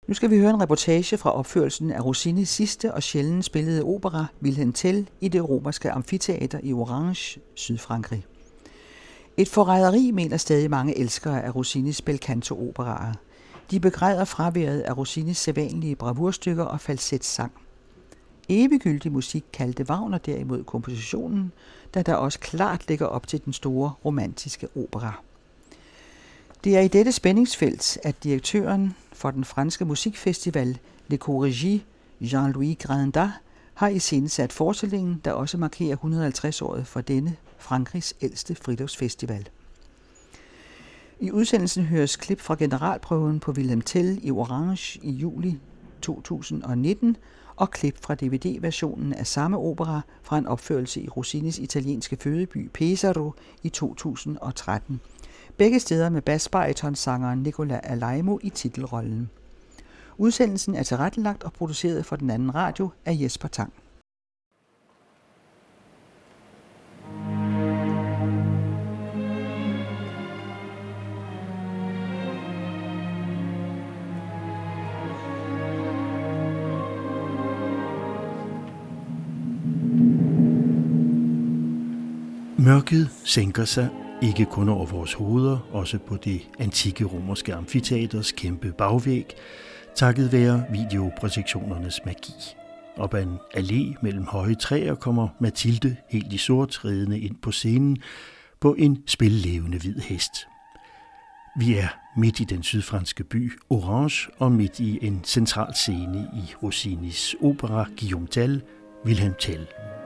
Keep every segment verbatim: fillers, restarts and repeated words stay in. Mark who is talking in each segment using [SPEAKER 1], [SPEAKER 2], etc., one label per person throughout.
[SPEAKER 1] Nu skal vi høre en reportage fra opførelsen af Rossinis sidste og sjældent spillede opera, Wilhelm Tell, i det romerske amfiteater i Orange, Sydfrankrig. Et forræderi, mener stadig mange elskere af Rossinis bel canto-operaer. De begræder fraværet af Rossinis sædvanlige bravurstykker og falsetsang. Eviggyldig musik kaldte Wagner derimod kompositionen, da der også klart ligger op til den store romantiske opera. Det er i dette spændingsfelt, at direktøren for den franske musikfestival Le Corrégie, Jean-Louis Grandin, har iscenesat forestillingen, der også markerer et hundrede og halvtreds året for denne Frankrigs ældste friluftsfestival. I udsendelsen høres klip fra generalprøven på Wilhelm Tell i Orange i juli to tusind og nitten og klip fra D V D-versionen af samme opera fra en opførelse i Rossinis italienske fødeby Pesaro i to tusind og tretten. Begge steder med basbaritonsangeren Nicola Alaimo i titelrollen. Udsendelsen er tilrettelagt og produceret for Den Anden Radio af Jesper Tang.
[SPEAKER 2] Mørket sænker sig ikke kun over vores hoveder, også på det antikke romerske amfiteaters kæmpe bagvæg, takket være videoprojektionernes magi. Op ad en allé mellem høje træer kommer Mathilde helt i sort ridende ind på scenen på en spillevende hvid hest. Vi er midt i den sydfranske by Orange og midt i en central scene i Rossinis opera Guillaume Tell, Wilhelm Tell.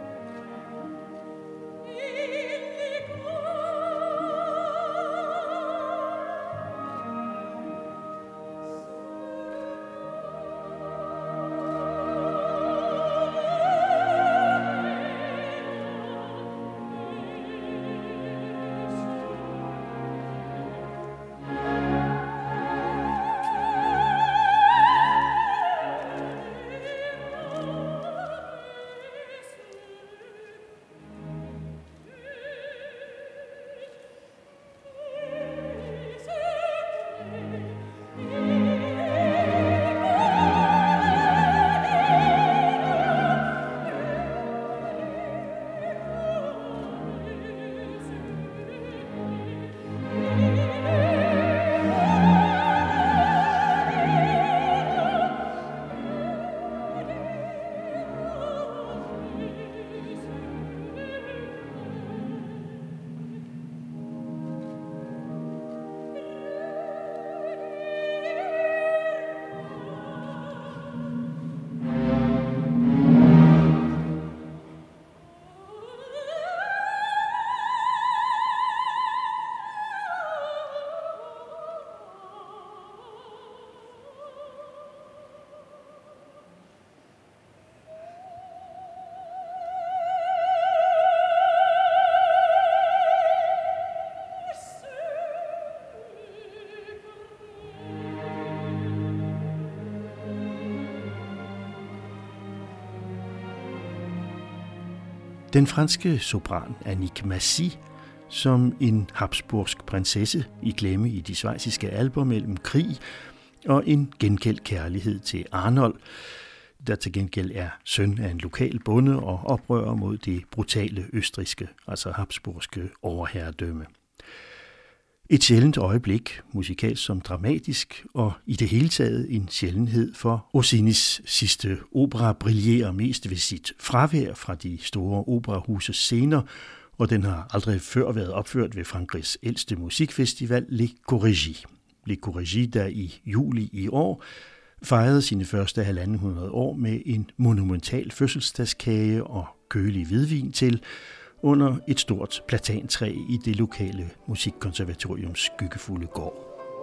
[SPEAKER 2] Den franske sopran Annick Massy, som en habsburgsk prinsesse i klemme i de schweiziske alper mellem krig og en gengældt kærlighed til Arnold, der til gengæld er søn af en lokal bonde og oprører mod det brutale østrigske, altså habsburgske overherredømme. Et sjældent øjeblik, musikalsk som dramatisk, og i det hele taget en sjældenhed, for Rossinis sidste opera brillerer mest ved sit fravær fra de store operahuses scener, og den har aldrig før været opført ved Frankrigs ældste musikfestival, Le Corrégie. Le Corrégie, der i juli i år fejrede sine første halvanden hundrede år med en monumental fødselsdagskage og kølig hvidvin til, under et stort platantræ i det lokale musikkonservatoriums skyggefulde gård.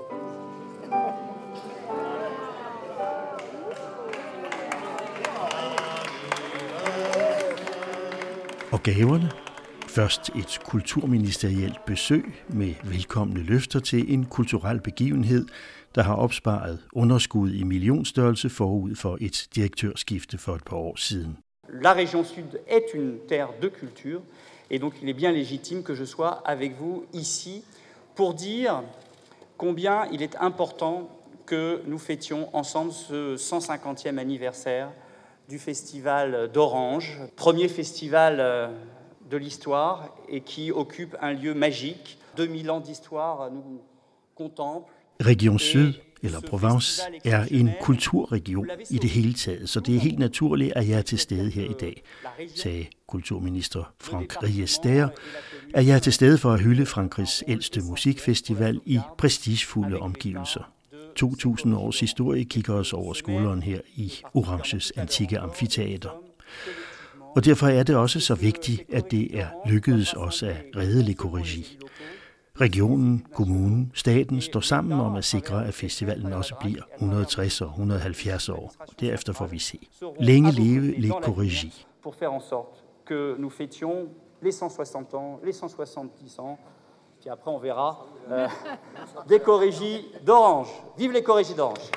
[SPEAKER 2] Og gaverne? Først et kulturministerielt besøg med velkomne løfter til en kulturel begivenhed, der har opsparet underskud i millionstørrelse forud for et direktørskifte for et par år siden.
[SPEAKER 3] La région sud est une terre de culture, et donc il est bien légitime que je sois avec vous ici pour dire combien il est important que nous fêtions ensemble ce cent cinquantième anniversaire du Festival d'Orange, premier festival de l'histoire et qui occupe un lieu magique. deux mille ans d'histoire nous contemplent.
[SPEAKER 2] Region Syd, eller Provence, er en kulturregion i det hele taget, så det er helt naturligt, at jeg er til stede her i dag, sagde kulturminister Franck Riester, at jeg er til stede for at hylde Frankrigs ældste musikfestival i prestigefulde omgivelser. to tusind års historie kigger os over skulderen her i Oranges antikke amfiteater. Og derfor er det også så vigtigt, at det er lykkedes os at redde Le Corrégie. Regionen, kommunen, staten står sammen om at sikre, at festivalen også bliver hundrede og tres og hundrede og halvfjerds år. Derefter får vi se. Længe leve Le Corrégie.
[SPEAKER 3] Pour faire en sorte que nous fêtions les cent soixante ans, les cent soixante-dix ans, puis après on verra euh, des Corrégies d'Orange. Vive les Corrégies d'Orange.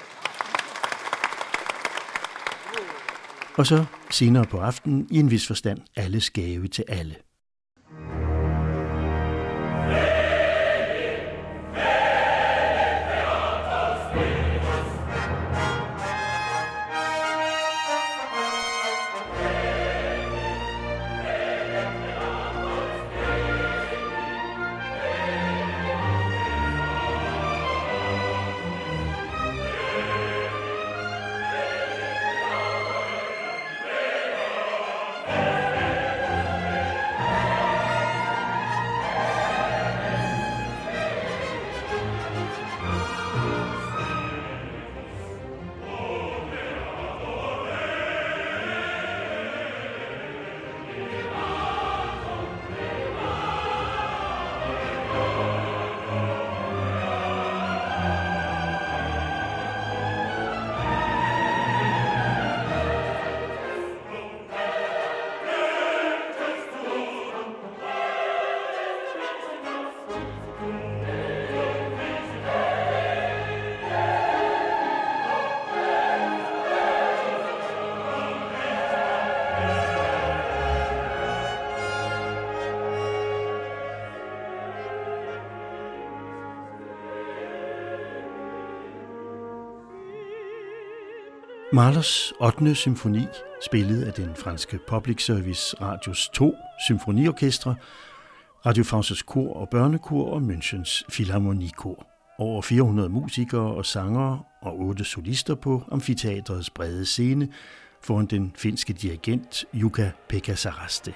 [SPEAKER 2] Og så senere på aftenen i en vis forstand alles gave til alle. Mahlers ottende symfoni, spillet af den franske public service radios to symfoniorkestre, Radio Frances kor og børnekor og Münchens Philharmonikor. Over fire hundrede musikere og sangere og otte solister på amfiteatrets brede scene foran den finske dirigent Jukka-Pekka Saraste.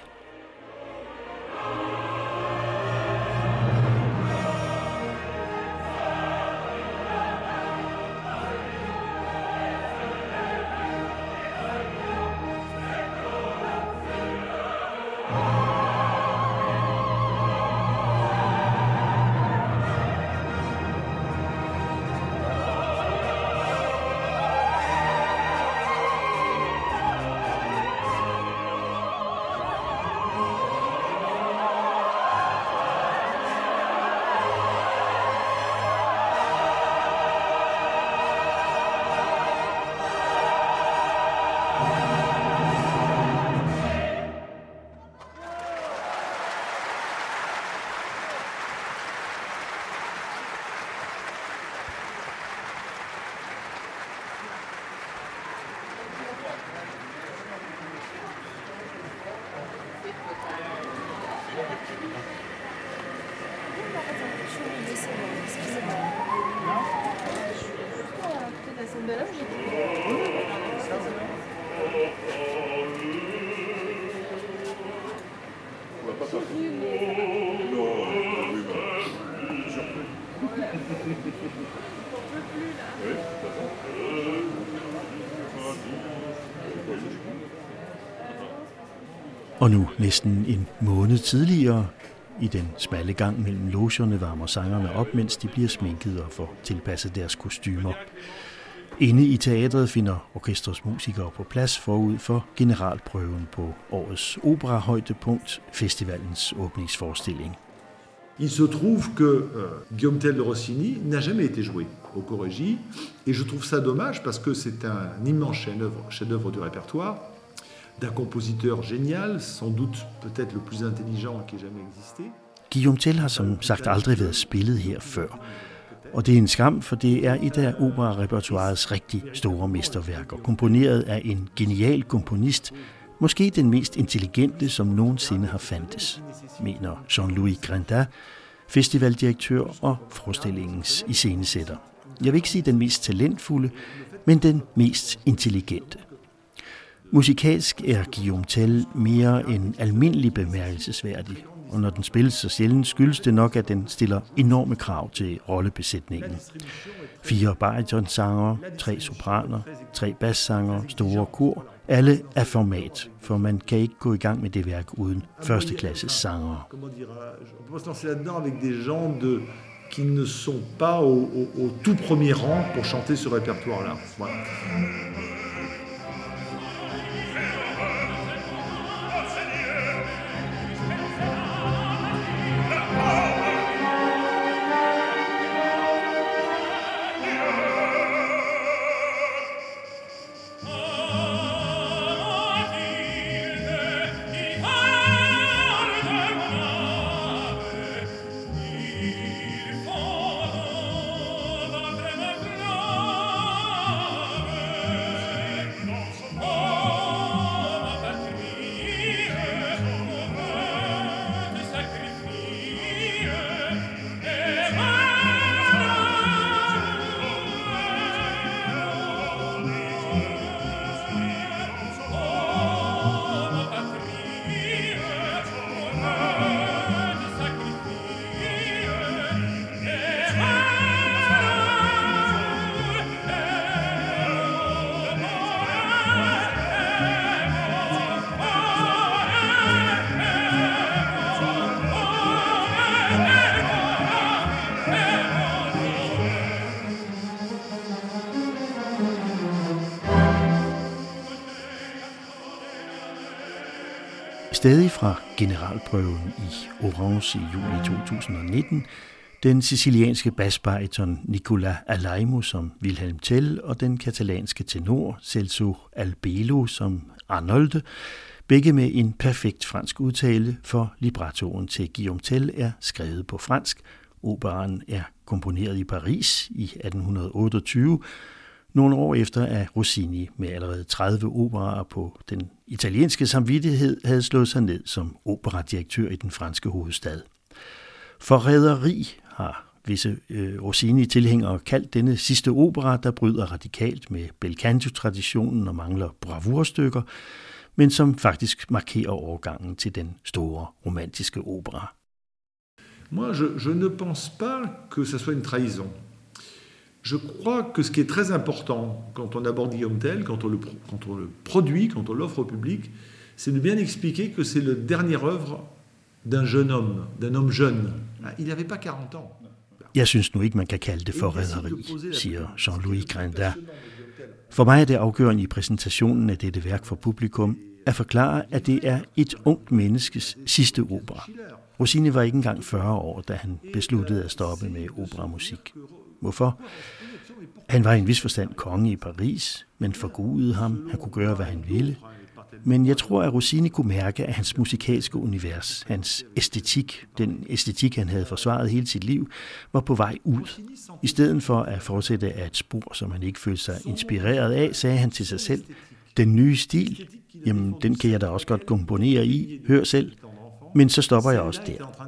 [SPEAKER 2] Og nu, næsten en måned tidligere, i den smalle gang mellem logerne, varmer sangerne op, mens de bliver sminket og får tilpasset deres kostymer. Inde i teatret finder orkestrets musikere på plads forud for generalprøven på årets operahøjdepunkt, festivalens åbningsforestilling.
[SPEAKER 4] Il se trouve que euh, Guillaume Tell de Rossini n'a jamais été joué au Corrégie, et je trouve ça dommage parce que c'est un immense chef-d'œuvre, chef-d'œuvre du répertoire, d'un compositeur génial, sans doute peut-être le plus intelligent qui ait jamais existé.
[SPEAKER 2] Guillaume Tell har som sagt aldrig været spillet her før, Og det er en skam, for det er et af operarepertoirets rigtig store mesterværker, komponeret af en genial komponist, måske den mest intelligente, som nogensinde har fandtes, mener Jean-Louis Grandin, festivaldirektør og forestillingens iscenesætter. Jeg vil ikke sige den mest talentfulde, men den mest intelligente. Musikalsk er Guillaume Tell mere end almindelig bemærkelsesværdig, og når den spilles så sjældent, skyldes det nok, at den stiller enorme krav til rollebesætningen. Fire baritonsangere, tre sopraner, tre bassangere, store kor, alle er format, for man kan ikke gå i gang med det værk uden førsteklasses sangere.
[SPEAKER 4] Qui ne sont pas au, au, au tout premier rang pour chanter ce répertoire-là. Voilà.
[SPEAKER 2] Stadig fra generalprøven i Orange i juli to tusind og nitten, den sicilianske basbariton Nicola Alaimo som Wilhelm Tell og den katalanske tenor Celso Albelo som Arnolde, begge med en perfekt fransk udtale, for librettoen til Guillaume Tell er skrevet på fransk. Operaen er komponeret i Paris i atten otteogtyve, nogle år efter at Rossini med allerede tredive operaer på den italienske samvittighed havde slået sig ned som operadirektør i den franske hovedstad. Forræderi har visse øh, Rossini-tilhængere kaldt denne sidste opera, der bryder radikalt med bel canto-traditionen og mangler bravurstykker, men som faktisk markerer overgangen til den store romantiske opera.
[SPEAKER 4] Moi, je, je ne pense pas que ça soit une trahison. Je crois que ce qui est très important quand on aborde Guillaume Tell, quand on le, quand on le produit, quand on l'offre au public, c'est de bien expliquer que c'est le dernière œuvre d'un jeune homme, d'un homme jeune. Il n'avait pas quarante ans.
[SPEAKER 2] Jeg synes nu ikke, man kan kalde det forræderi, siger Jean-Louis Grandin. For mig er det afgørende i præsentationen af dette værk for publikum at forklare, at det er et ungt menneskes sidste opera. Rossini var ikke engang fyrre år, da han besluttede at stoppe med operamusik. Hvorfor? Han var i en vis forstand konge i Paris, men forgudede ham. Han kunne gøre, hvad han ville. Men jeg tror, at Rossini kunne mærke, at hans musikalske univers, hans æstetik, den æstetik, han havde forsvaret hele sit liv, var på vej ud. I stedet for at fortsætte af et spor, som han ikke følte sig inspireret af, sagde han til sig selv, den nye stil, jamen den kan jeg da også godt komponere i, hør selv, men så stopper jeg også der.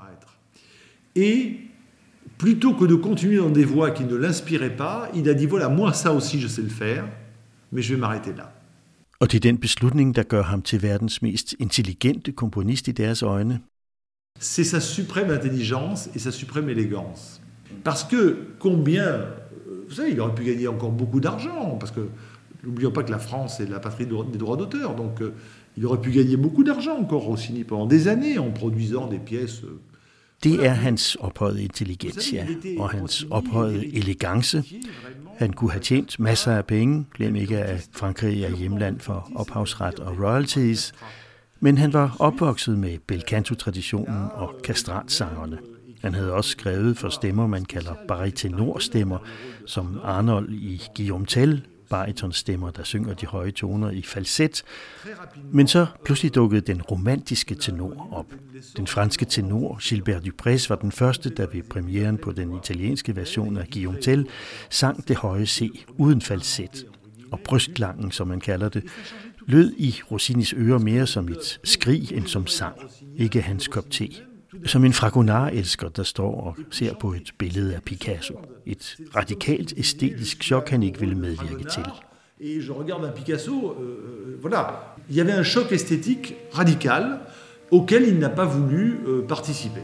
[SPEAKER 4] Et plutôt que de continuer dans des voies qui ne l'inspiraient pas, il a dit, voilà, moi ça aussi je sais le faire, mais je vais m'arrêter là.
[SPEAKER 2] Og det er den beslutning, der gør ham til verdens mest intelligente komponist i deres øjne.
[SPEAKER 4] C'est sa suprême intelligence et sa suprême élégance. Parce que combien, vous savez, il aurait pu gagner encore beaucoup d'argent, parce que n'oublions pas que la France est la patrie des droits d'auteur, donc euh, il aurait pu gagner beaucoup d'argent encore Rossini pendant des années en produisant des pièces. Euh,
[SPEAKER 2] Det er hans ophøjede intelligens, ja, og hans ophøjede elegance. Han kunne have tjent masser af penge, glem ikke at Frankrig er hjemland for ophavsret og royalties, men han var opvokset med bel canto-traditionen og kastratsangerne. Han havde også skrevet for stemmer, man kalder baritenorsstemmer, som Arnold i Guillaume Tell, baritonstemmer, der synger de høje toner i falset. Men så pludselig dukkede den romantiske tenor op. Den franske tenor Gilbert Duprez var den første, der ved premieren på den italienske version af Guillaume Tell sang det høje C uden falset. Og brystklangen, som man kalder det, lød i Rossinis ører mere som et skrig end som sang, ikke hans kop te. Som en Fragonard-elsker, der står og ser på et billede af Picasso. Et radikalt æstetisk chok, han ikke ville medvirke til.
[SPEAKER 4] Et je regarde un Picasso, euh, voilà. Il y avait un choc esthétique radical auquel il n'a pas voulu euh, participer.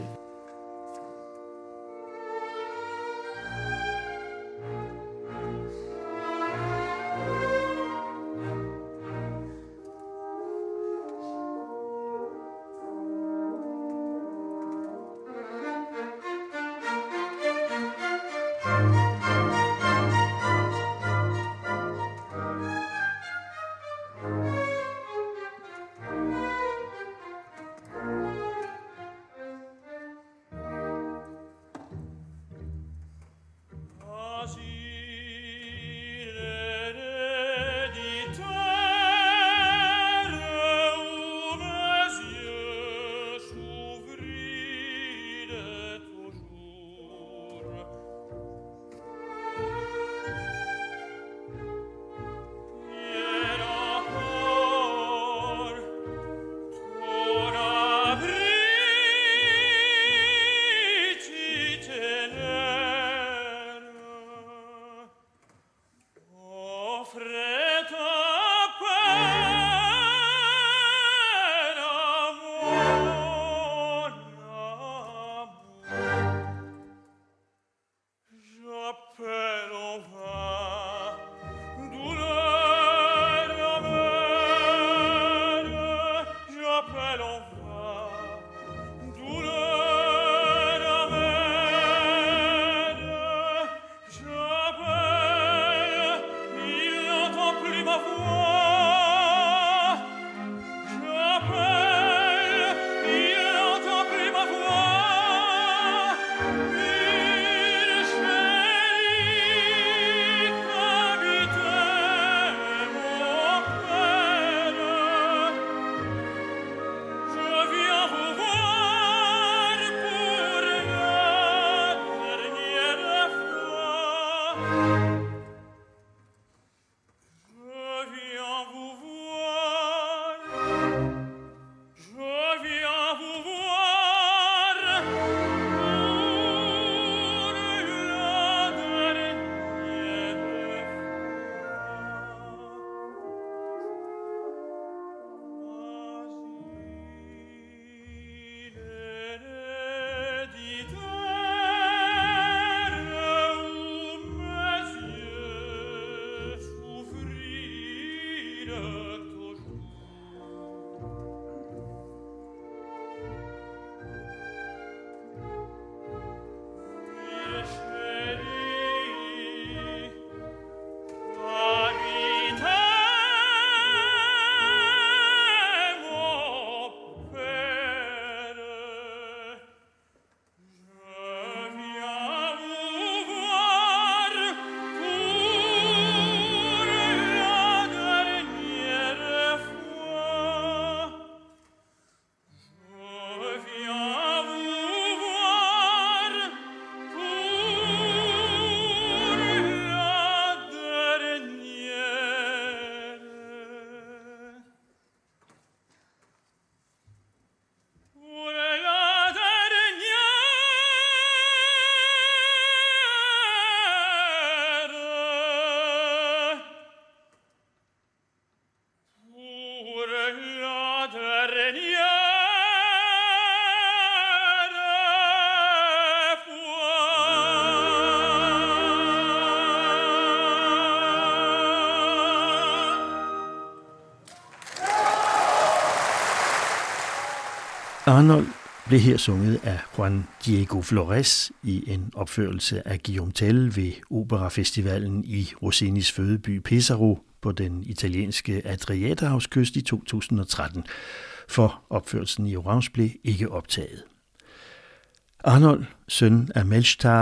[SPEAKER 2] Arnold blev her sunget af Juan Diego Flores i en opførelse af Guillaume Tell ved Operafestivalen i Rossinis fødeby Pesaro på den italienske Adriaterhavskyst i to tusind og tretten, for opførelsen i Orange blev ikke optaget. Arnold, søn af Melchtal,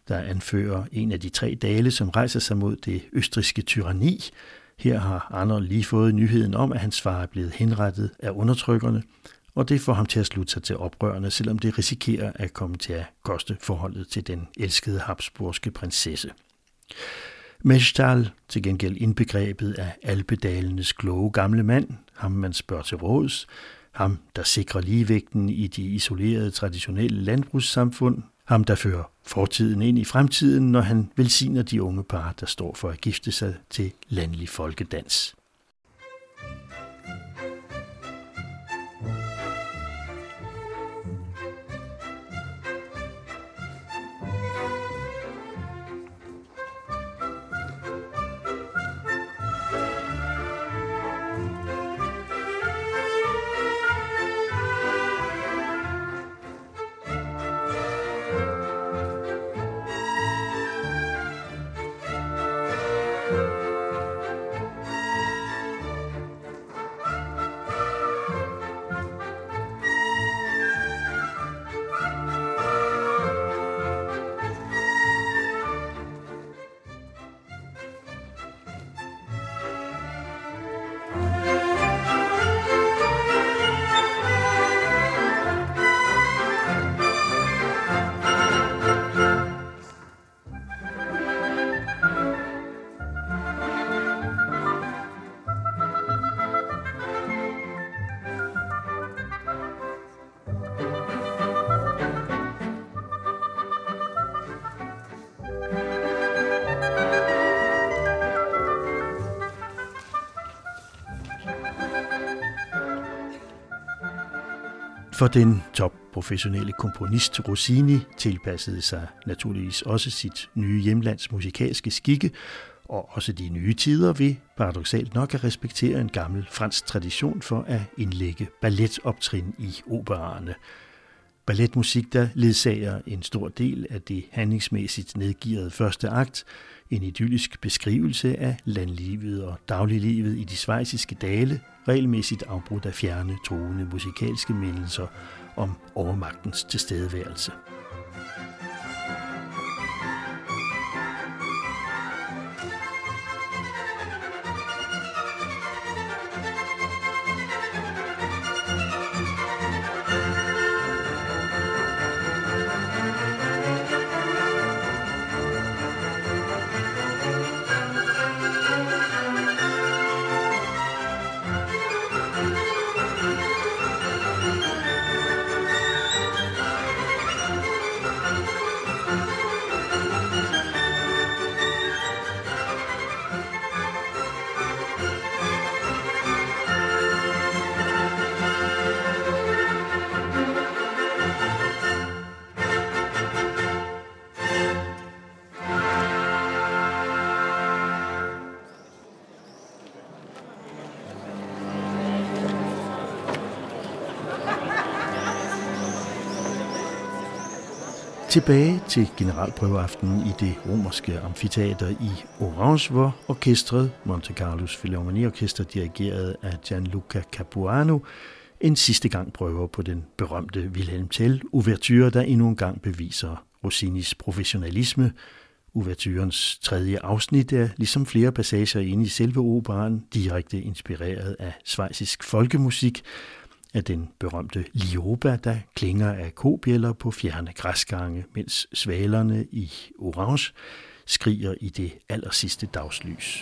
[SPEAKER 2] der anfører en af de tre dale, som rejser sig mod det østrigske tyranni. Her har Arnold lige fået nyheden om, at hans far er blevet henrettet af undertrykkerne, og det får ham til at slutte sig til oprørerne, selvom det risikerer at komme til at koste forholdet til den elskede habsburgske prinsesse. Melchtal, til gengæld indbegrebet af alpedalenes kloge gamle mand, ham man spørger til råds, ham der sikrer ligevægten i de isolerede traditionelle landbrugssamfund, ham der fører fortiden ind i fremtiden, når han velsigner de unge par, der står for at gifte sig til landlig folkedans. For den topprofessionelle komponist Rossini tilpassede sig naturligvis også sit nye hjemlands musikalske skikke, og også de nye tider ved paradoksalt nok at respektere en gammel fransk tradition for at indlægge balletoptrin i operaerne. Balletmusik, der ledsager en stor del af det handlingsmæssigt nedgearede første akt, en idyllisk beskrivelse af landlivet og dagliglivet i de schweiziske dale, regelmæssigt afbrudt af fjerne, truende musikalske mindelser om overmagtens tilstedeværelse. Tilbage til generalprøveaftenen i det romerske amfiteater i Orange, hvor orkestret, Monte Carlos Filharmoniorkester, dirigeret af Gianluca Capuano, en sidste gang prøver på den berømte Wilhelm Tell-ouverture, der endnu en gang beviser Rossinis professionalisme. Ouverturens tredje afsnit er, ligesom flere passager inde i selve operaen, direkte inspireret af schweizisk folkemusik, af den berømte Lioba, der klinger af kobjælder på fjerne græsgange, mens svalerne i Orange skriger i det allersidste dagslys.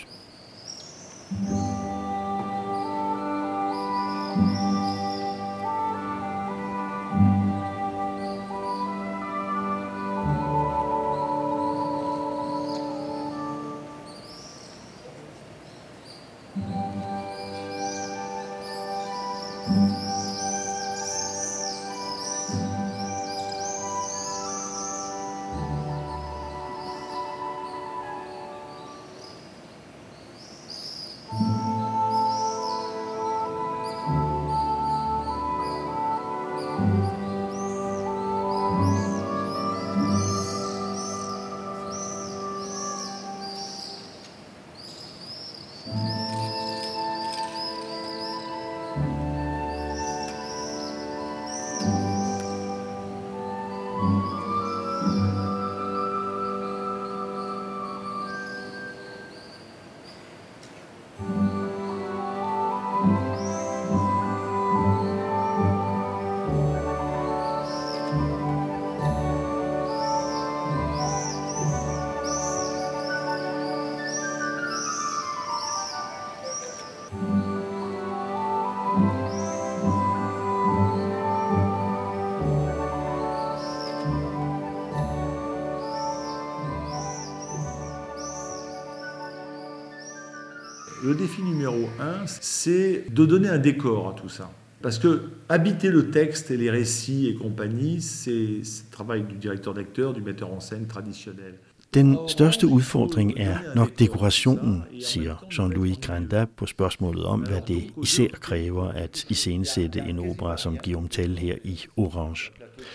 [SPEAKER 4] Le défi numéro un, c'est de donner un décor à tout ça. Parce que habiter le texte et les récits et compagnie, c'est le travail du directeur d'acteur, du metteur en scène traditionnel.
[SPEAKER 2] Den største udfordring er nok dekorationen, siger Jean-Louis Granda på spørgsmålet om, hvad det især kræver at iscenesætte en opera som Guillaume Tell her i Orange.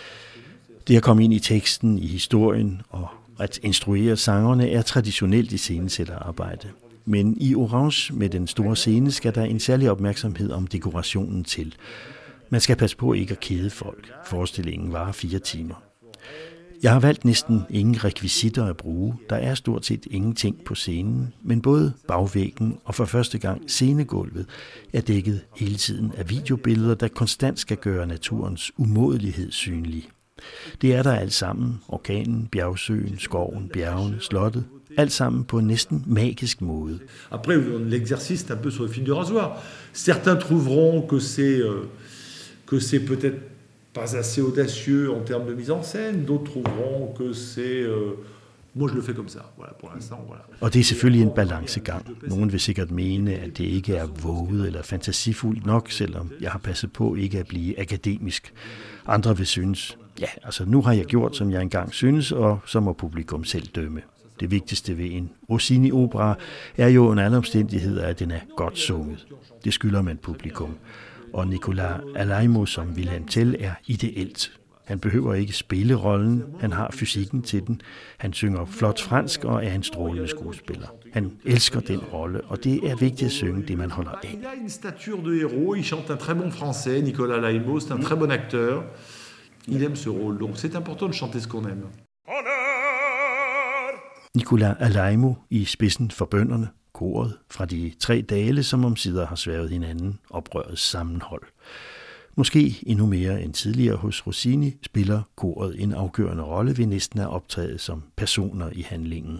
[SPEAKER 2] Det at komme ind i teksten, i historien og at instruere sangerne er traditionelt iscenesætterarbejde. Men i Orange med den store scene skal der en særlig opmærksomhed om dekorationen til. Man skal passe på ikke at kede folk. Forestillingen varer fire timer. Jeg har valgt næsten ingen rekvisitter at bruge. Der er stort set ingenting på scenen, men både bagvæggen og for første gang scenegulvet er dækket hele tiden af videobilleder, der konstant skal gøre naturens umådelighed synlig. Det er der alt sammen. Orkanen, bjergsøen, skoven, bjergene, slottet. Alt sammen på en næsten magisk måde.
[SPEAKER 4] Après, l'exercice est un peu sur le fil du rasoir. Certains trouveront que c'est euh, que c'est peut-être pas assez audacieux en termes de mise en scène. D'autres trouveront que c'est euh, moi je le fais comme ça. Voilà, pour l'instant, voilà.
[SPEAKER 2] Og det er selvfølgelig en balancegang. Nogen vil sikkert mene, at det ikke er våget eller fantasifuldt nok, selvom jeg har passet på ikke at blive akademisk. Andre vil synes, ja, altså nu har jeg gjort, som jeg engang synes, og så må publikum selv dømme. Det vigtigste ved en Rossini-opera er jo under alle omstændigheder, at den er godt sunget. Det skylder man publikum. Og Nicolas Alaimo som Wilhelm Tell er ideelt. Han behøver ikke spille rollen, han har fysikken til den. Han synger flot fransk og er en strålende skuespiller. Han elsker den rolle, og det er vigtigt at synge det, man holder af.
[SPEAKER 4] Il a une stature de héros, il chante un très bon français, Nicolas Alaimo, c'est un très bon acteur. Il aime ce rôle, donc c'est important de chanter ce qu'on aime.
[SPEAKER 2] Nicolas Alaimo i spidsen for bønderne, koret fra de tre dale, som omsider har sværget hinanden, oprørets sammenhold. Måske endnu mere end tidligere hos Rossini spiller koret en afgørende rolle ved næsten at optræde som personer i handlingen.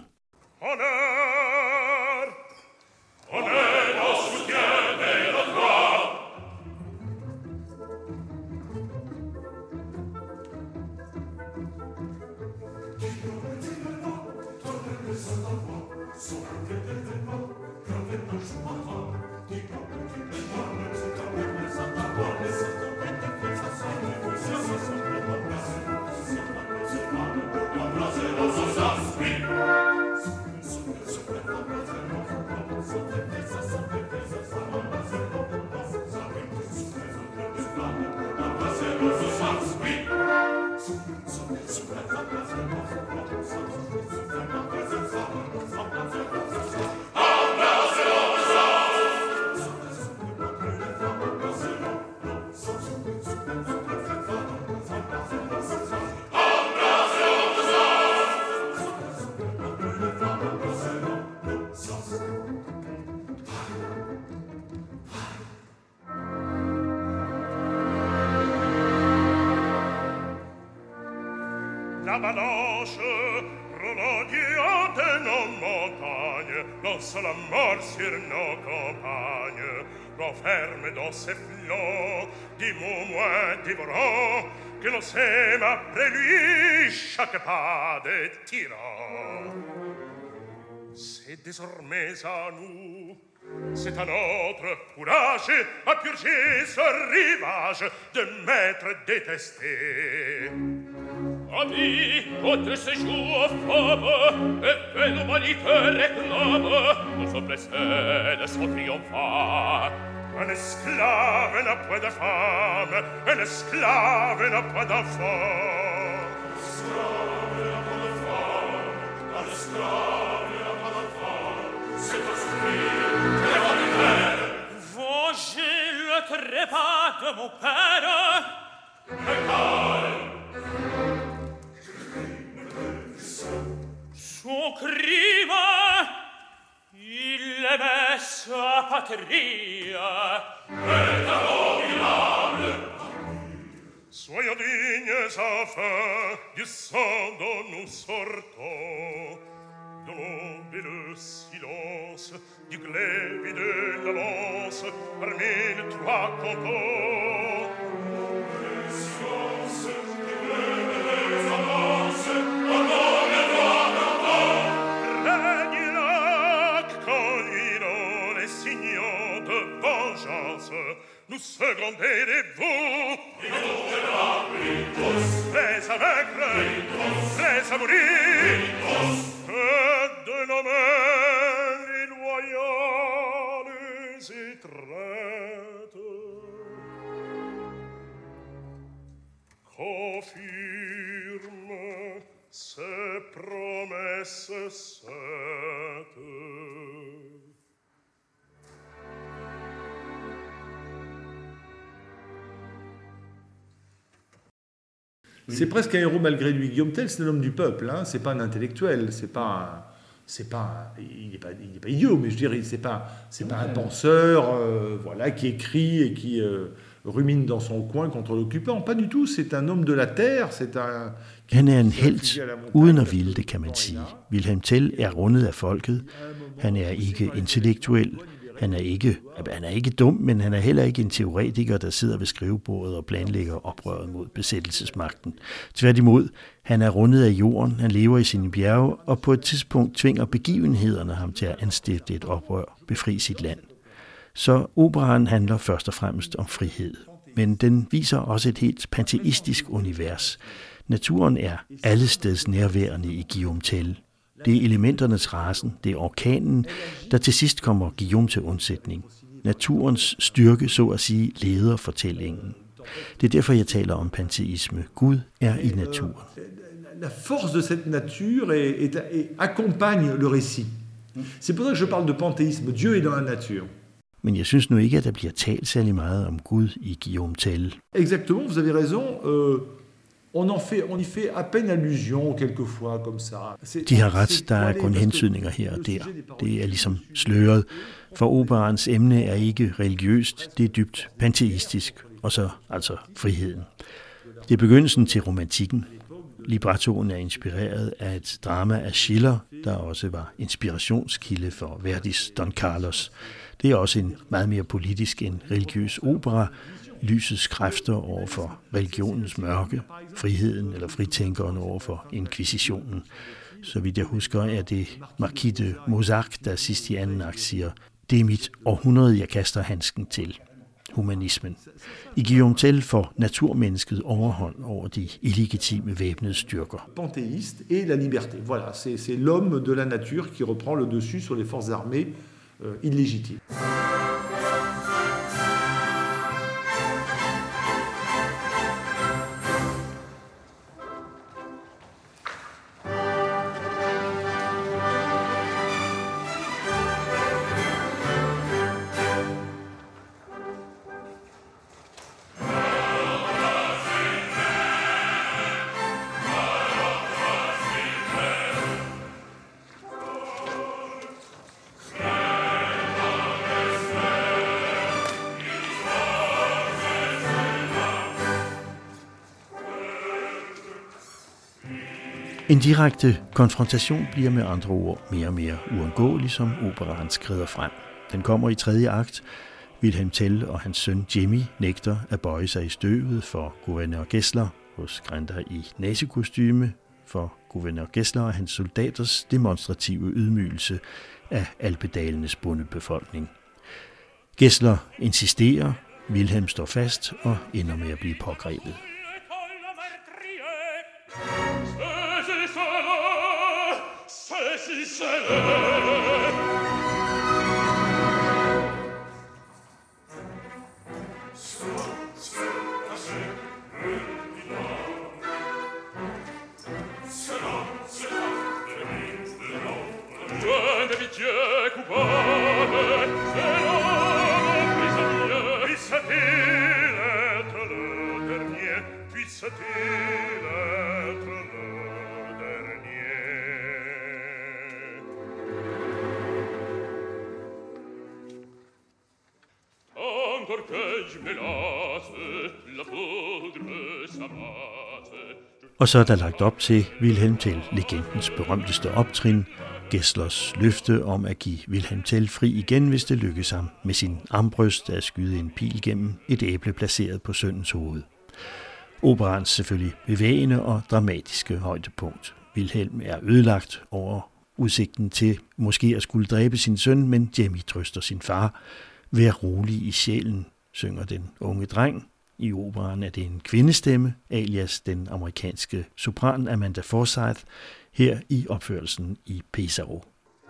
[SPEAKER 5] La balanche renaudière nos montagnes, lance la mort sur nos campagnes, renferme dans ses flancs des mots moins dévorants que l'on sème après lui chaque pas des tyrans. C'est désormais à nous, c'est à notre courage à purger ce rivage de maîtres détestés. Amis, votre séjour femme, et que l'humanité réclame, notre précède son triomphant. Un esclave n'a point de femme, un esclave n'a point d'enfant. Esclave n'a pas de femme, un esclave n'a pas d'enfant. C'est instruit, trépas du père. Vengez le trépas de mon père. Égal. Son crime, il aimait sa patrie, est abominable. Soyons dignes enfin du sang dont nous sortons, dont le silence du glaive et de la lance danse parmi les trois compos. Les sciences, les avances, au nom de toi, compos. Règne-la conduisons les signaux de vengeance. Nous seconderez-vous. Et nous de la pluie tous. Prêts à vaincre, prêts à mourir. Que de nos mains les loyales y traitent. Confirme ces promesses saintes.
[SPEAKER 4] C'est presque un héros malgré lui. Guillaume Tell, c'est un homme du peuple, hein. C'est pas un intellectuel, c'est pas, un, c'est pas, un, il n'est pas, il est pas idiot, mais je dirais, c'est pas, c'est pas un penseur, euh, voilà, qui écrit et qui euh, rumine dans son coin contre l'occupant. Pas du tout. C'est un homme de la terre. C'est un.
[SPEAKER 2] Han er en helt uden at ville det, kan man sige. Wilhelm Tell er rundet af folket. Han er ikke intellektuel. Han er ikke, han er ikke dum, men han er heller ikke en teoretiker, der sidder ved skrivebordet og planlægger oprøret mod besættelsesmagten. Tværtimod, han er rundet af jorden, han lever i sine bjerge, og på et tidspunkt tvinger begivenhederne ham til at anstifte et oprør, befri sit land. Så operaen handler først og fremmest om frihed, men den viser også et helt panteistisk univers. Naturen er allesteds nærværende i Guillaume Tell. Det er elementernes rasen, det er orkanen, der til sidst kommer Guillaume til undsætning. Naturens styrke, så at sige, leder fortællingen. Det er derfor, jeg taler om panteisme. Gud er i naturen.
[SPEAKER 4] La force de cette nature est, est, est, accompagne le récit. C'est pour ça que je parle de panthéisme. Dieu est dans la nature.
[SPEAKER 2] Men jeg synes nu ikke, at der bliver talt særlig meget om Gud i Guillaume Tell.
[SPEAKER 4] Exactement, vous avez raison. Euh, On, en fait, on y fait à peine allusion quelquefois comme ça.
[SPEAKER 2] De har ret, der er kun hentydninger her og der. Det er ligesom sløret, for operaens emne er ikke religiøst, det er dybt panteistisk, og så altså friheden. Det er begyndelsen til romantikken. Librettoen er inspireret af et drama af Schiller, der også var inspirationskilde for Verdis Don Carlos. Det er også en meget mere politisk end religiøs opera, lysets kræfter over for religionens mørke, friheden eller fritænkeren over for inkvisitionen. Så vidt jeg husker, er det Marquis de Mozart, der sidst i anden akt siger, det er mit århundrede, jeg kaster handsken til. Humanismen. I Guillaume Tell får naturmennesket overhånd over de illegitime væbnede styrker.
[SPEAKER 4] Panthéiste et la liberté. Voilà, c'est, c'est l'homme de la nature qui reprend le dessus sur les forces armées euh, illégitimes.
[SPEAKER 2] En direkte konfrontation bliver med andre ord mere og mere uundgåelig, som operaen skrider frem. Den kommer i tredje akt. Wilhelm Tell og hans søn Jimmy nægter at bøje sig i støvet for guvernør Gessler hos Granda i nazikostyme, for guvernør Gessler og hans soldaters demonstrative ydmygelse af alpedalenes bondebefolkning. Gessler insisterer, Wilhelm står fast og ender med at blive pågrebet.
[SPEAKER 5] Encore que je me lasse, la poudre s'amasse,
[SPEAKER 2] Og så er der lagt op til Wilhelm Tell, legendens berømteste optrin, Gesslers løfte om at give Wilhelm Tell fri igen, hvis det lykkes ham med sin armbrøst at skyde en pil gennem et æble placeret på sønnens hoved. Operaens selvfølgelig bevægende og dramatiske højdepunkt. Wilhelm er ødelagt over udsigten til måske at skulle dræbe sin søn, men Jamie trøster sin far. Vær rolig i sjælen, synger den unge dreng. I operaen er det en kvindestemme, alias den amerikanske sopran Amanda Forsyth, her i opførelsen i Pesaro.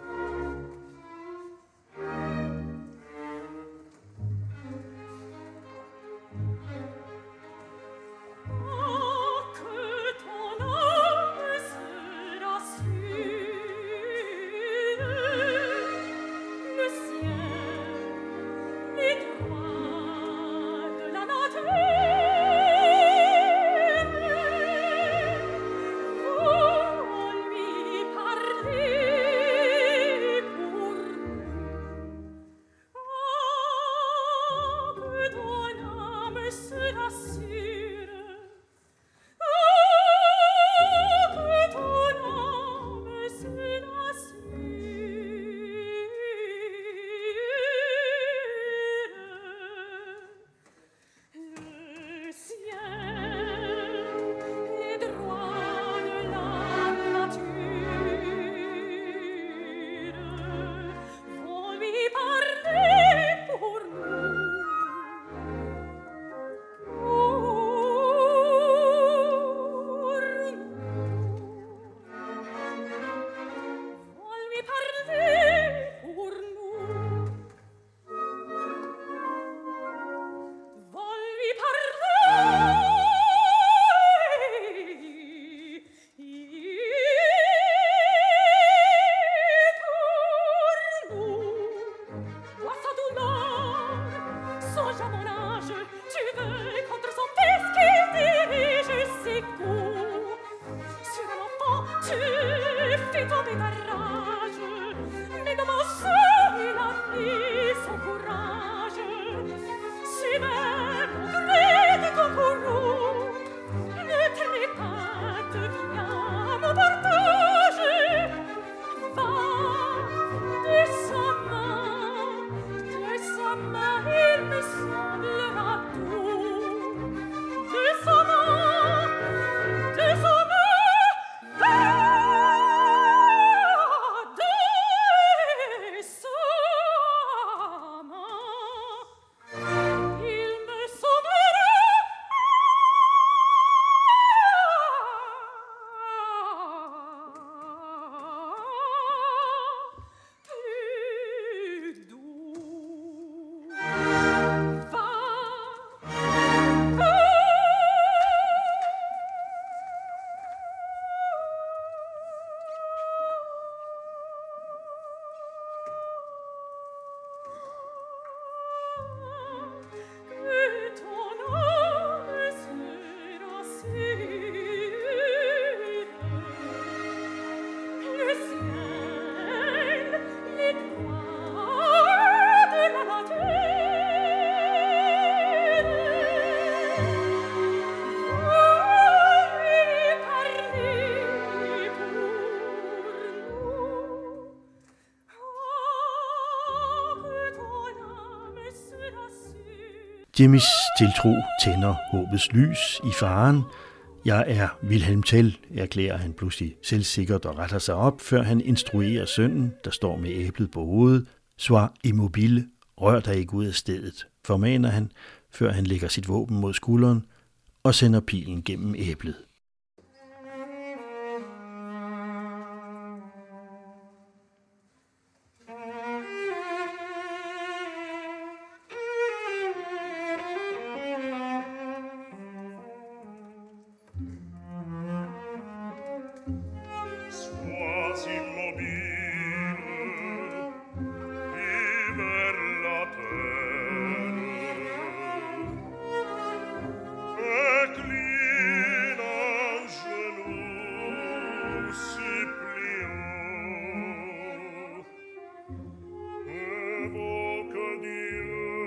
[SPEAKER 2] Jimmys tiltro tænder håbets lys i faren. Jeg er Wilhelm Tell, erklærer han pludselig selvsikkert og retter sig op, før han instruerer sønnen, der står med æblet på hovedet. Sois immobile, rør dig ikke ud af stedet, formaner han, før han lægger sit våben mod skulderen og sender pilen gennem æblet.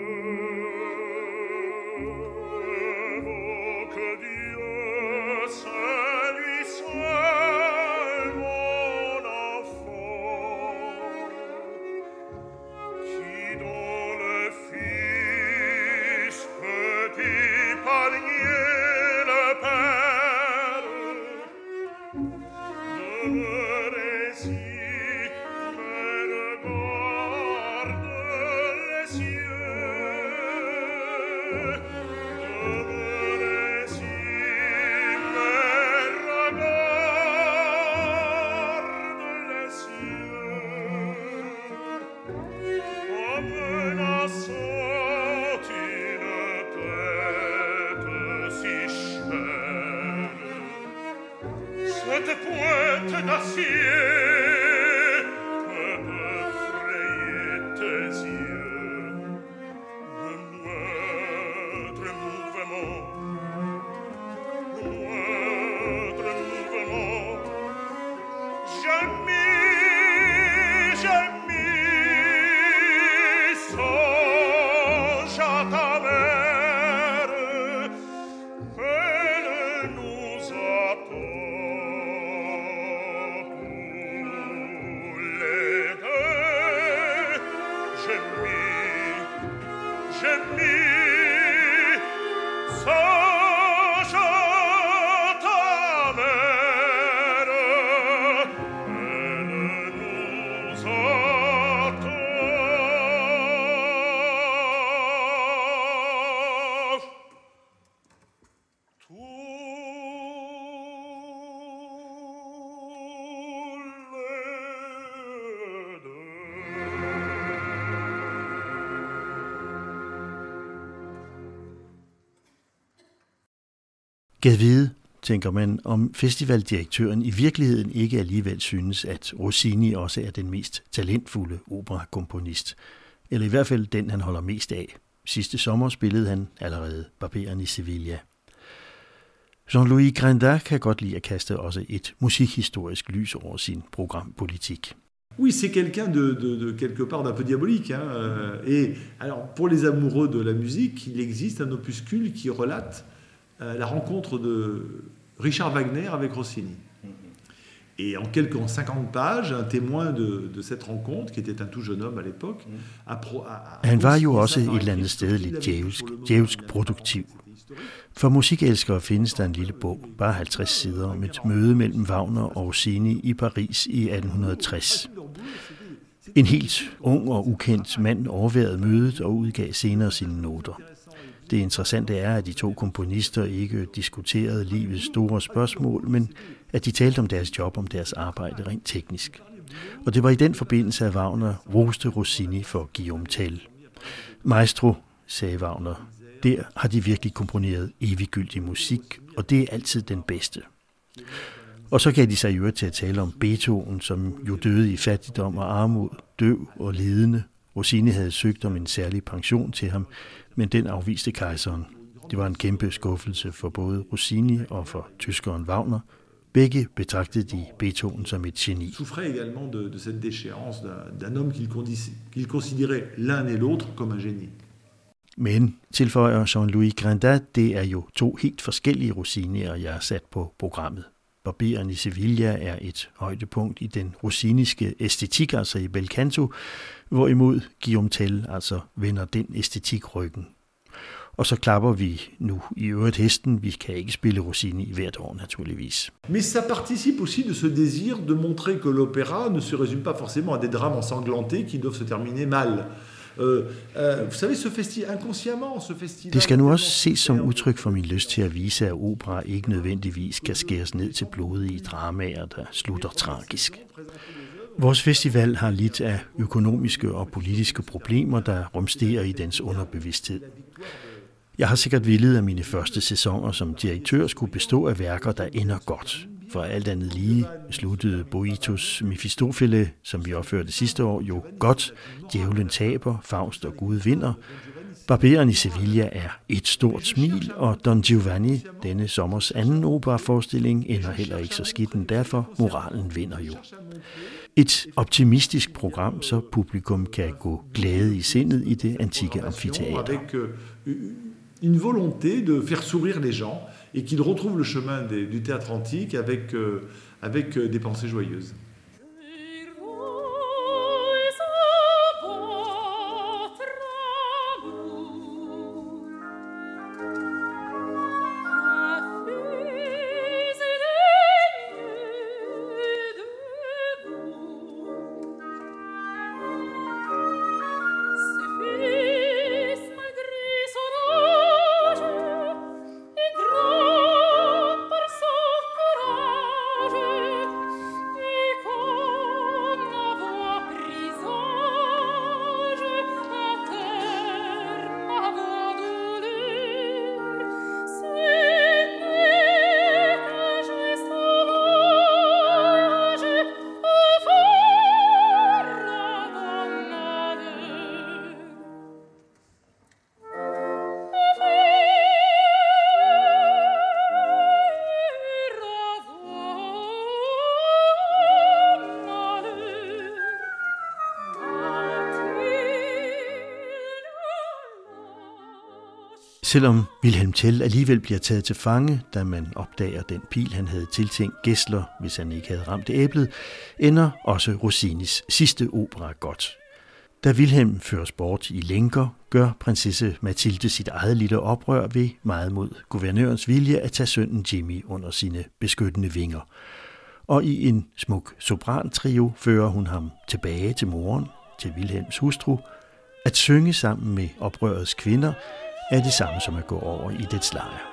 [SPEAKER 5] Dieu
[SPEAKER 2] Gad vide, tænker man, om festivaldirektøren i virkeligheden ikke alligevel synes, at Rossini også er den mest talentfulde operakomponist. Eller i hvert fald den, han holder mest af. Sidste sommer spillede han allerede Barberen i Sevilla. Jean-Louis Grindard kan godt lide at kaste også et musikhistorisk lys over sin programpolitik.
[SPEAKER 4] Oui, c'est quelqu'un de, de, de quelque part d'un peu diabolique. Hein. Et alors, pour les amoureux de la musique, il existe un opuscule qui relate la rencontre de Richard Wagner avec Rossini. Et en quelques cinquante pages, un témoin de, de cette rencontre, qui était un tout jeune homme à l'époque, a, pro, a, a
[SPEAKER 2] Han var jo også et eller andet sted lidt djævelsk, djævelsk produktiv. For musikelskere findes der en lille bog, bare halvtreds sider, om et møde mellem Wagner og Rossini i Paris i atten tres. En helt ung og ukendt mand overværede mødet og udgav senere sine noter. Det interessante er, at de to komponister ikke diskuterede livets store spørgsmål, men at de talte om deres job, om deres arbejde rent teknisk. Og det var i den forbindelse, at Wagner roste Rossini for Guillaume Tell. Maestro, sagde Wagner, der har de virkelig komponeret eviggyldig musik, og det er altid den bedste. Og så gav de sig i øvrigt til at tale om Beethoven, som jo døde i fattigdom og armod, døv og lidende. Rossini havde søgt om en særlig pension til ham, men den afviste kejseren. Det var en kæmpe skuffelse for både Rossini og for tyskeren Wagner. Begge betragtede de Beethoven som et geni.
[SPEAKER 4] Souffrait également de, de cette déchéance d'un homme qu'il considérait l'un et l'autre comme un génie.
[SPEAKER 2] Men, tilføjer Jean-Louis Grindard, det er jo to helt forskellige Rossinier, jeg har sat på programmet. Barberen i Sevilla er et højdepunkt i den rossiniske æstetik, altså i bel canto, hvorimod Guillaume Tell altså vender den æstetik ryggen. Og så klapper vi nu i øvrigt hesten. Vi kan ikke spille Rossini hvert år, naturligvis.
[SPEAKER 4] Mais ça participe aussi de ce désir de montrer que l'opéra ne se résume pas forcément à des drames ensanglantés qui doivent se terminer mal.
[SPEAKER 2] Det skal nu også ses som udtryk for min lyst til at vise, at opera ikke nødvendigvis kan skæres ned til blodige dramaer, der slutter tragisk. Vores festival har lidt af økonomiske og politiske problemer, der rumsterer i dens underbevidsthed. Jeg har sikkert villet, at mine første sæsoner som direktør skulle bestå af værker, der ender godt. For alt andet lige sluttede Boitos Mefistofele, som vi opførte sidste år, jo godt. Djævlen taber, Faust og Gud vinder. Barberen i Sevilla er et stort smil, og Don Giovanni, denne sommers anden operaforestilling, ender heller ikke så skidt, men derfor moralen vinder jo. Et optimistisk program, så publikum kan gå glade i sindet i det antikke amfiteater.
[SPEAKER 4] Une volonté de faire sourire les gens et qu'ils retrouvent le chemin des, du théâtre antique avec, euh, avec euh, des pensées joyeuses.
[SPEAKER 6] Thank you.
[SPEAKER 2] Selvom Wilhelm Tell alligevel bliver taget til fange, da man opdager den pil, han havde tiltænkt Gessler, hvis han ikke havde ramt æblet, ender også Rossinis sidste opera godt. Da Wilhelm føres bort i lænker, gør prinsesse Mathilde sit eget lille oprør ved, meget mod guvernørens vilje, at tage sønnen Jimmy under sine beskyttende vinger. Og i en smuk soprantrio fører hun ham tilbage til moren, til Wilhelms hustru. At synge sammen med oprørets kvinder er det samme som at gå over i dets lejr.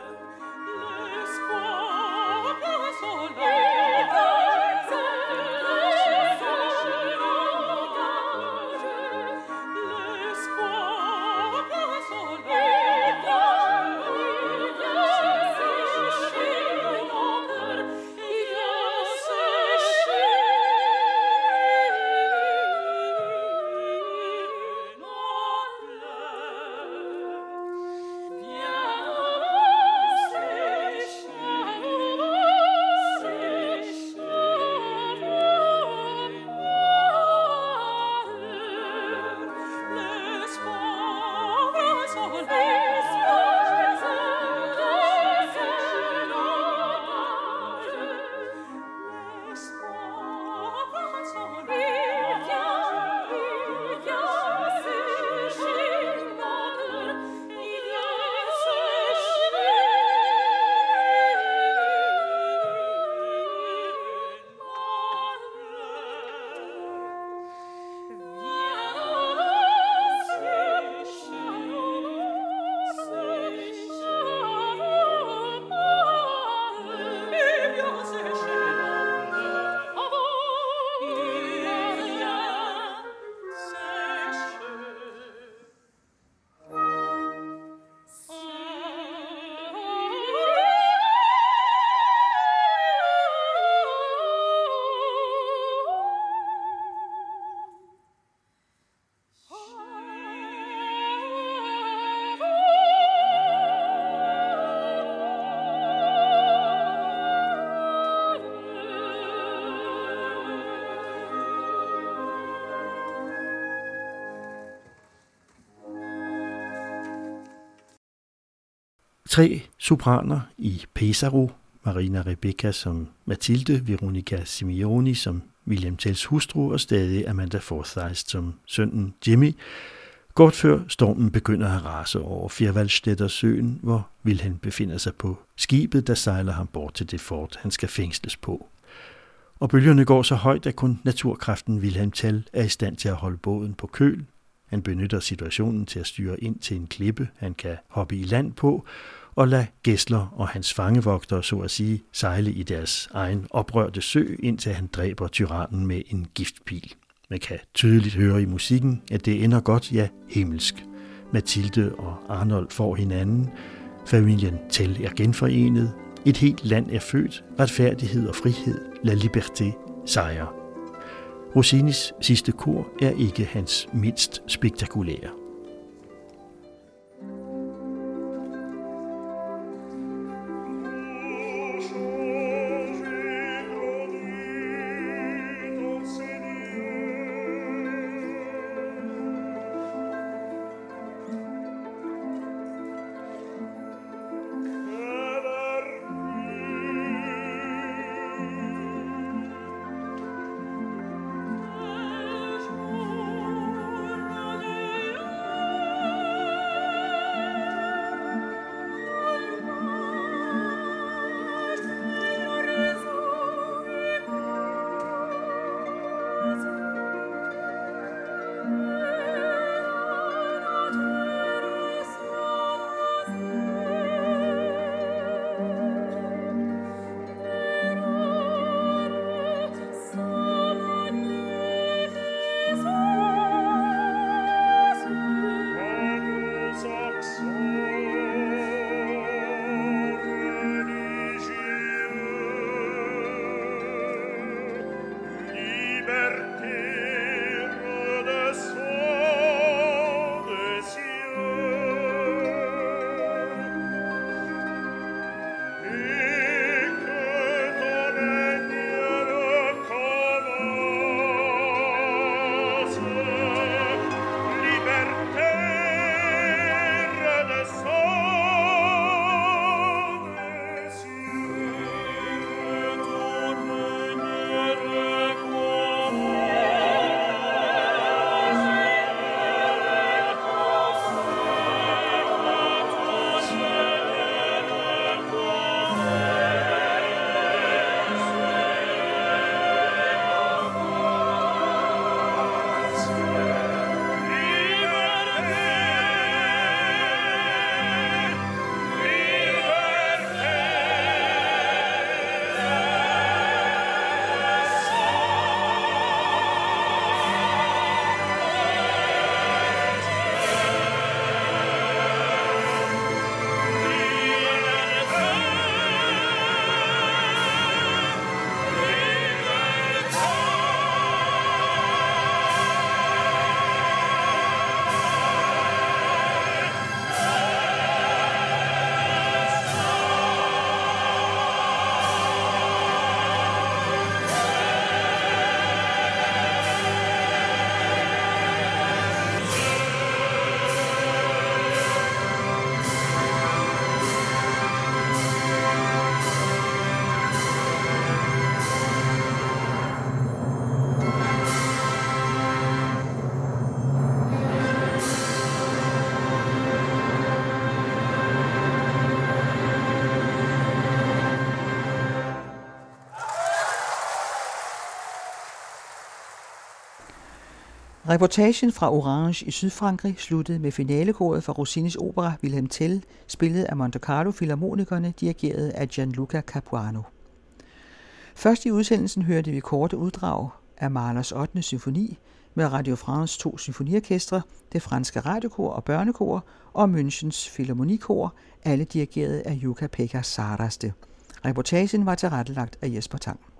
[SPEAKER 2] Tre sopraner i Pesaro, Marina Rebecca som Mathilde, Veronica Simeoni som Wilhelm Tells hustru og stadig Amanda Forsyth som sønnen Jimmy, godt før stormen begynder at rase over Vierwaldstätter søen, hvor Wilhelm befinder sig på skibet, der sejler ham bort til det fort, han skal fængsles på. Og bølgerne går så højt, at kun naturkraften Wilhelm Tell er i stand til at holde båden på køl. Han benytter situationen til at styre ind til en klippe, han kan hoppe i land på, og lade Gessler og hans fangevogtere, så at sige, sejle i deres egen oprørte sø, indtil han dræber tyrannen med en giftpil. Man kan tydeligt høre i musikken, at det ender godt, ja, himmelsk. Mathilde og Arnold får hinanden, familien Tell er genforenet, et helt land er født, retfærdighed og frihed, la liberté, sejrer. Rossinis sidste kor er ikke hans mindst spektakulære.
[SPEAKER 1] Reportagen fra Orange i Sydfrankrig sluttede med finalekoret fra Rossinis opera Wilhelm Tell, spillet af Monte Carlo Filharmonikerne, dirigeret af Gianluca Capuano. Først i udsendelsen hørte vi korte uddrag af Mahlers ottende symfoni med Radio France to symfoniorkestre, det franske radiokor og børnekor og Münchens Filharmonikor, alle dirigeret af Jukka-Pekka Saraste. Reportagen var tilrettelagt af Jesper Tang.